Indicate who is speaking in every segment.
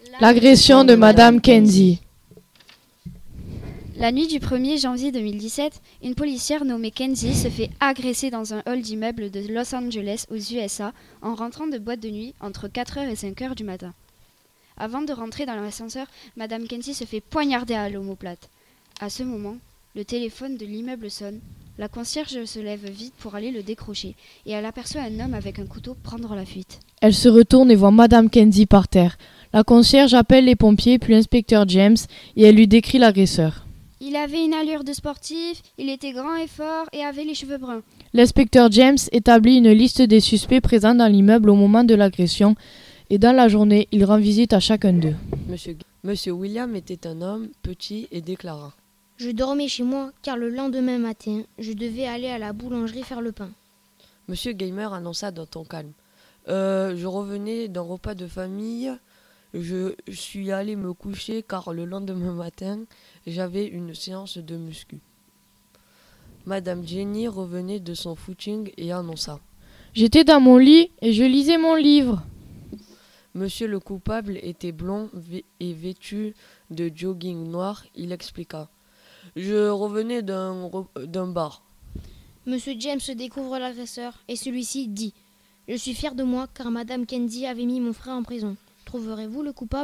Speaker 1: L'agression de Madame Kenzie.
Speaker 2: La nuit du 1er janvier 2017, une policière nommée Kenzie se fait agresser dans un hall d'immeuble de Los Angeles aux USA en rentrant de boîte de nuit entre 4h et 5h du matin. Avant de rentrer dans l'ascenseur, Madame Kenzie se fait poignarder à l'omoplate. À ce moment, le téléphone de l'immeuble sonne. La concierge se lève vite pour aller le décrocher et elle aperçoit un homme avec un couteau prendre la fuite.
Speaker 1: Elle se retourne et voit Madame Kenzie par terre. La concierge appelle les pompiers puis l'inspecteur James et elle lui décrit l'agresseur.
Speaker 2: Il avait une allure de sportif, il était grand et fort et avait les cheveux bruns.
Speaker 1: L'inspecteur James établit une liste des suspects présents dans l'immeuble au moment de l'agression et dans la journée, il rend visite à chacun d'eux.
Speaker 3: Monsieur William était un homme petit et déclara.
Speaker 4: Je dormais chez moi car le lendemain matin, je devais aller à la boulangerie faire le pain.
Speaker 3: Monsieur Gamer annonça d'un ton calme. Je revenais d'un repas de famille. Je suis allé me coucher car le lendemain matin, j'avais une séance de muscu. Madame Jenny revenait de son footing et annonça.
Speaker 1: J'étais dans mon lit et je lisais mon livre.
Speaker 3: Monsieur le coupable était blond et vêtu de jogging noir. Il expliqua. Je revenais d'un bar.
Speaker 4: Monsieur James découvre l'agresseur et celui-ci dit « Je suis fier de moi car Madame Kenzie avait mis mon frère en prison. Trouverez-vous le coupable ?»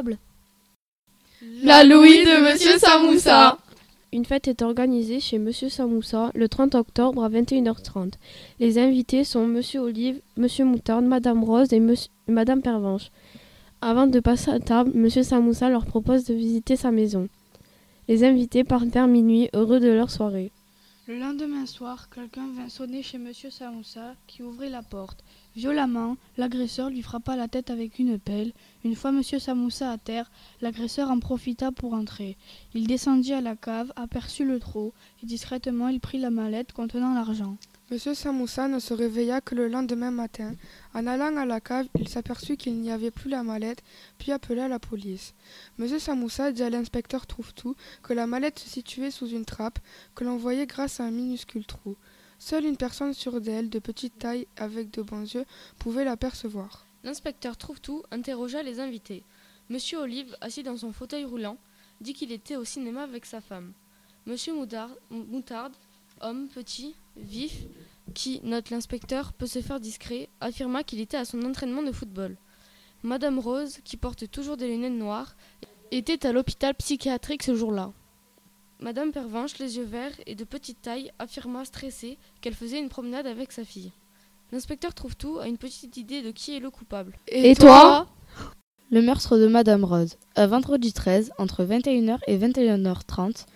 Speaker 1: La Louis de Monsieur Samoussa.
Speaker 5: Une fête est organisée chez Monsieur Samoussa le 30 octobre à 21h30. Les invités sont Monsieur Olive, Monsieur Moutarde, Madame Rose et Madame Pervenche. Avant de passer à table, Monsieur Samoussa leur propose de visiter sa maison. Les invités partent vers minuit, heureux de leur soirée.
Speaker 6: Le lendemain soir, quelqu'un vint sonner chez Monsieur Samoussa, qui ouvrit la porte. Violemment, l'agresseur lui frappa la tête avec une pelle. Une fois Monsieur Samoussa à terre, l'agresseur en profita pour entrer. Il descendit à la cave, aperçut le trou, et discrètement il prit la mallette contenant l'argent.
Speaker 7: Monsieur Samoussa ne se réveilla que le lendemain matin. En allant à la cave, il s'aperçut qu'il n'y avait plus la mallette, puis appela la police. Monsieur Samoussa dit à l'inspecteur Trouve-Tout que la mallette se situait sous une trappe que l'on voyait grâce à un minuscule trou. Seule une personne sûre d'elle, de petite taille, avec de bons yeux, pouvait l'apercevoir.
Speaker 8: L'inspecteur Trouve-Tout interrogea les invités. Monsieur Olive, assis dans son fauteuil roulant, dit qu'il était au cinéma avec sa femme. Monsieur Moutarde, homme petit, vif, qui, note l'inspecteur, peut se faire discret, affirma qu'il était à son entraînement de football. Madame Rose, qui porte toujours des lunettes noires, était à l'hôpital psychiatrique ce jour-là. Madame Pervenche, les yeux verts et de petite taille, affirma stressée qu'elle faisait une promenade avec sa fille. L'inspecteur Trouve-Tout a une petite idée de qui est le coupable.
Speaker 1: Et toi ?
Speaker 9: Le meurtre de Madame Rose. Un vendredi 13, entre 21h et 21h30,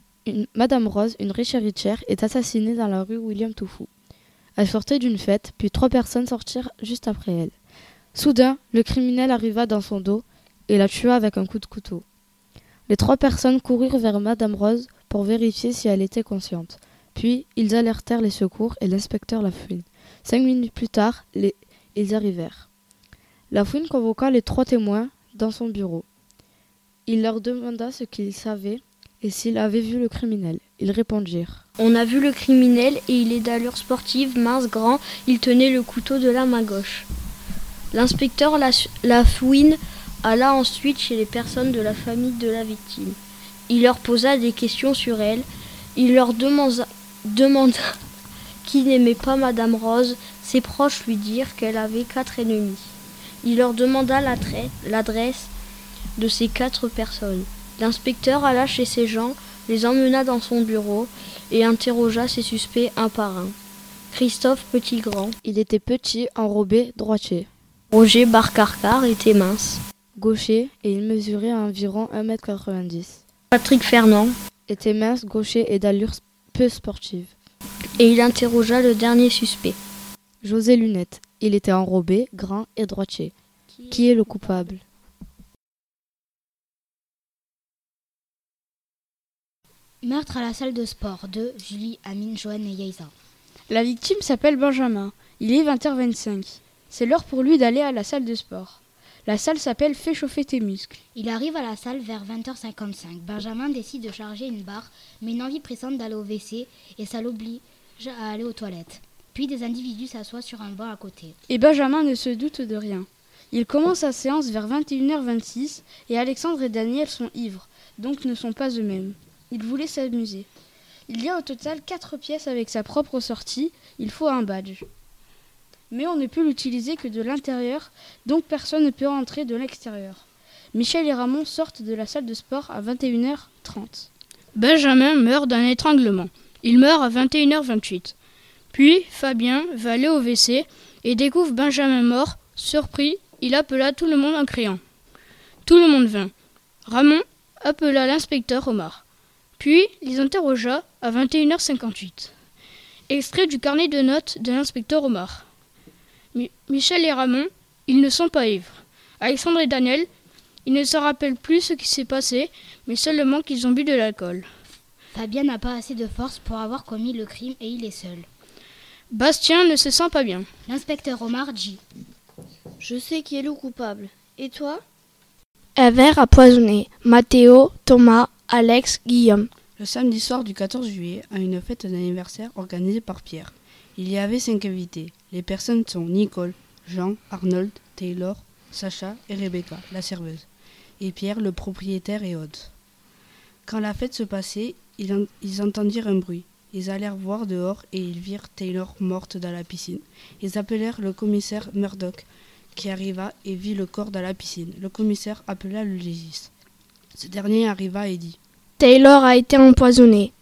Speaker 9: Madame Rose, une riche héritière, est assassinée dans la rue William Toufou. Elle sortait d'une fête, puis 3 personnes sortirent juste après elle. Soudain, le criminel arriva dans son dos et la tua avec un coup de couteau. Les 3 personnes coururent vers Madame Rose pour vérifier si elle était consciente. Puis, ils alertèrent les secours et l'inspecteur la fouine. 5 minutes plus tard, ils arrivèrent. La fouine convoqua les 3 témoins dans son bureau. Il leur demanda ce qu'ils savaient et s'ils avaient vu le criminel. Ils répondirent.
Speaker 4: On a vu le criminel et il est d'allure sportive, mince, grand. Il tenait le couteau de la main gauche. L'inspecteur la fouine alla ensuite chez les personnes de la famille de la victime. Il leur posa des questions sur elle. Il leur demanda qui n'aimait pas Madame Rose. Ses proches lui dirent qu'elle avait 4 ennemis. Il leur demanda l'adresse de ces 4 personnes. L'inspecteur alla chez ces gens, les emmena dans son bureau et interrogea ses suspects un par un. Christophe Petit-Grand.
Speaker 9: Il était petit, enrobé, droitier.
Speaker 4: Roger Barcarcar était mince.
Speaker 9: Gaucher, et il mesurait environ 1m90.
Speaker 4: Patrick Fernand
Speaker 9: était mince, gaucher et d'allure peu sportive.
Speaker 4: Et il interrogea le dernier suspect.
Speaker 9: José Lunette. Il était enrobé, grand et droitier. Qui est le coupable ?
Speaker 10: Meurtre à la salle de sport de Julie, Amine, Joanne et Yaïsa.
Speaker 6: La victime s'appelle Benjamin. Il est 20h25. C'est l'heure pour lui d'aller à la salle de sport. La salle s'appelle Fais chauffer tes muscles.
Speaker 10: Il arrive à la salle vers 20h55. Benjamin décide de charger une barre, mais une envie pressante d'aller au WC et ça l'oblige à aller aux toilettes. Puis des individus s'assoient sur un banc à côté.
Speaker 6: Et Benjamin ne se doute de rien.
Speaker 11: Il commence sa séance vers 21h26 et Alexandre et Daniel sont ivres, donc ne sont pas eux-mêmes. Ils voulaient s'amuser. Il y a au total 4 pièces avec sa propre sortie, il faut un badge. Mais on ne peut l'utiliser que de l'intérieur, donc personne ne peut rentrer de l'extérieur. Michel et Ramon sortent de la salle de sport à 21h30.
Speaker 12: Benjamin meurt d'un étranglement. Il meurt à 21h28. Puis Fabien va aller au WC et découvre Benjamin mort. Surpris, il appela tout le monde en criant. Tout le monde vint. Ramon appela l'inspecteur Omar. Puis les interrogea à 21h58. Extrait du carnet de notes de l'inspecteur Omar. Michel et Ramon, ils ne sont pas ivres. Alexandre et Daniel, ils ne se rappellent plus ce qui s'est passé, mais seulement qu'ils ont bu de l'alcool.
Speaker 10: Fabien n'a pas assez de force pour avoir commis le crime et il est seul.
Speaker 12: Bastien ne se sent pas bien.
Speaker 10: L'inspecteur Omar dit:
Speaker 4: Je sais qui est le coupable. Et toi?
Speaker 5: Un verre empoisonné. Mathéo, Thomas, Alex, Guillaume.
Speaker 11: Le samedi soir du 14 juillet, à une fête d'anniversaire organisée par Pierre. Il y avait 5 invités. Les personnes sont Nicole, Jean, Arnold, Taylor, Sacha et Rebecca, la serveuse, et Pierre, le propriétaire et hôte. Quand la fête se passait, ils entendirent un bruit. Ils allèrent voir dehors et ils virent Taylor morte dans la piscine. Ils appelèrent le commissaire Murdoch, qui arriva et vit le corps dans la piscine. Le commissaire appela le légiste. Ce dernier arriva et dit:
Speaker 5: Taylor a été empoisonné.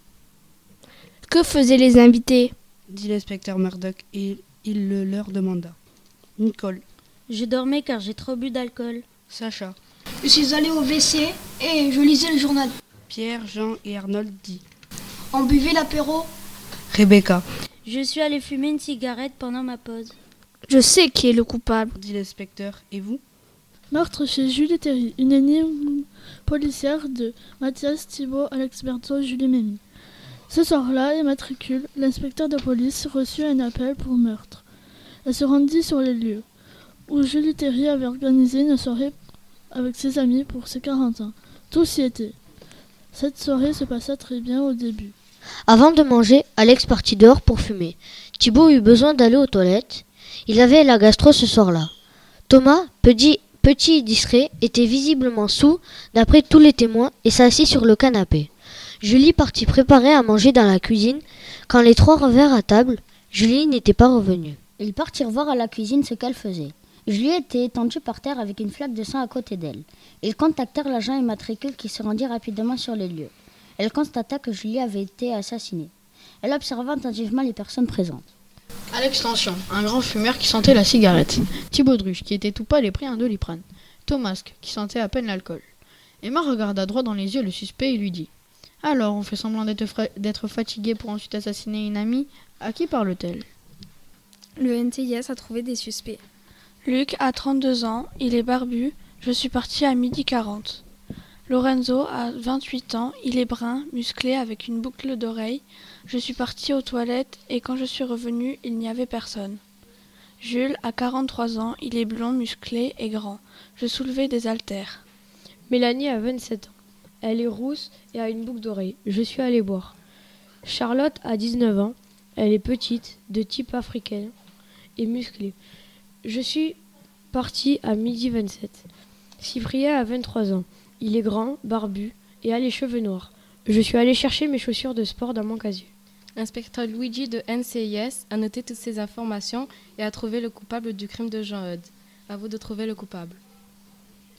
Speaker 5: Que faisaient les invités?
Speaker 11: Dit l'inspecteur Murdoch et il le leur demanda. Nicole.
Speaker 4: Je dormais car j'ai trop bu d'alcool.
Speaker 11: Sacha.
Speaker 13: Je suis allé au WC et je lisais le journal.
Speaker 11: Pierre, Jean et Arnold dit.
Speaker 13: On buvait l'apéro.
Speaker 11: Rebecca.
Speaker 4: Je suis allé fumer une cigarette pendant ma pause.
Speaker 5: Je sais qui est le coupable.
Speaker 11: Dit l'inspecteur. Et vous?
Speaker 6: Meurtre chez Julie Terry, une énigme policière de Mathias Thibault, Alex Berthaud, Julie Mémy. Ce soir-là, immatricule, l'inspecteur de police reçut un appel pour meurtre. Elle se rendit sur les lieux, où Julie Terry avait organisé une soirée avec ses amis pour ses 40 ans. Tous y étaient. Cette soirée se passa très bien au début.
Speaker 14: Avant de manger, Alex partit dehors pour fumer. Thibault eut besoin d'aller aux toilettes. Il avait la gastro ce soir-là. Thomas, petit et discret, était visiblement saoul d'après tous les témoins et s'assit sur le canapé. Julie partit préparer à manger dans la cuisine. Quand les trois revinrent à table, Julie n'était pas revenue.
Speaker 10: Ils partirent voir à la cuisine ce qu'elle faisait. Julie était étendue par terre avec une flaque de sang à côté d'elle. Ils contactèrent l'agent immatricule qui se rendit rapidement sur les lieux. Elle constata que Julie avait été assassinée. Elle observa attentivement les personnes présentes.
Speaker 15: À l'extension, un grand fumeur qui sentait la cigarette. Thibault Druche qui était tout pâle et prit un Doliprane. Thomas qui sentait à peine l'alcool. Emma regarda droit dans les yeux le suspect et lui dit: Alors, on fait semblant d'être fatigué pour ensuite assassiner une amie. À qui parle-t-elle?
Speaker 16: Le NTIS a trouvé des suspects.
Speaker 6: Luc a 32 ans, il est barbu, je suis parti à 12h40. Lorenzo a 28 ans, il est brun, musclé avec une boucle d'oreille. Je suis parti aux toilettes et quand je suis revenu, il n'y avait personne. Jules a 43 ans, il est blond, musclé et grand. Je soulevais des haltères.
Speaker 17: Mélanie a 27 ans. Elle est rousse et a une boucle d'oreille. Je suis allé boire. Charlotte a 19 ans. Elle est petite, de type africain et musclée. Je suis parti à 12h27. Cyprien a 23 ans. Il est grand, barbu et a les cheveux noirs. Je suis allé chercher mes chaussures de sport dans mon casier.
Speaker 8: L'inspecteur Luigi de NCIS a noté toutes ces informations et a trouvé le coupable du crime de Jean Eudes. À vous de trouver le coupable.